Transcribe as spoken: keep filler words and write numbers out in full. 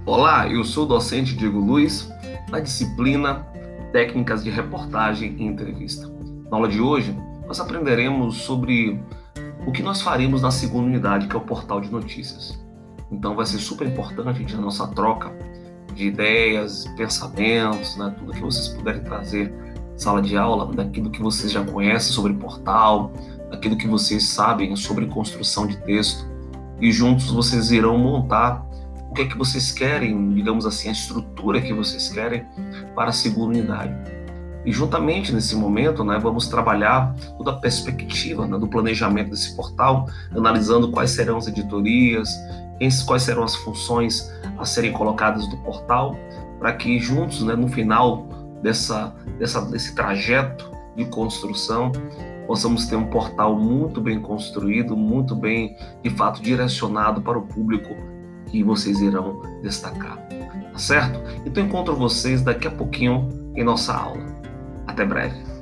Olá, eu sou o docente Diego Luiz, na disciplina Técnicas de Reportagem e Entrevista. Na aula de hoje, nós aprenderemos sobre o que nós faremos na segunda unidade, que é o portal de notícias. Então vai ser super importante a nossa troca de ideias, pensamentos, né, tudo que vocês puderem trazer na sala de aula, daquilo que vocês já conhecem sobre portal, daquilo que vocês sabem sobre construção de texto, e juntos vocês irão montar o que é que vocês querem, digamos assim, a estrutura que vocês querem para a segunda unidade. E juntamente nesse momento, né, vamos trabalhar toda a perspectiva, né, do planejamento desse portal, analisando quais serão as editorias, quais serão as funções a serem colocadas no portal, para que juntos, né, no final dessa, dessa, desse trajeto de construção, possamos ter um portal muito bem construído, muito bem, de fato, direcionado para o público que vocês irão destacar, tá certo? Então encontro vocês daqui a pouquinho em nossa aula. Até breve.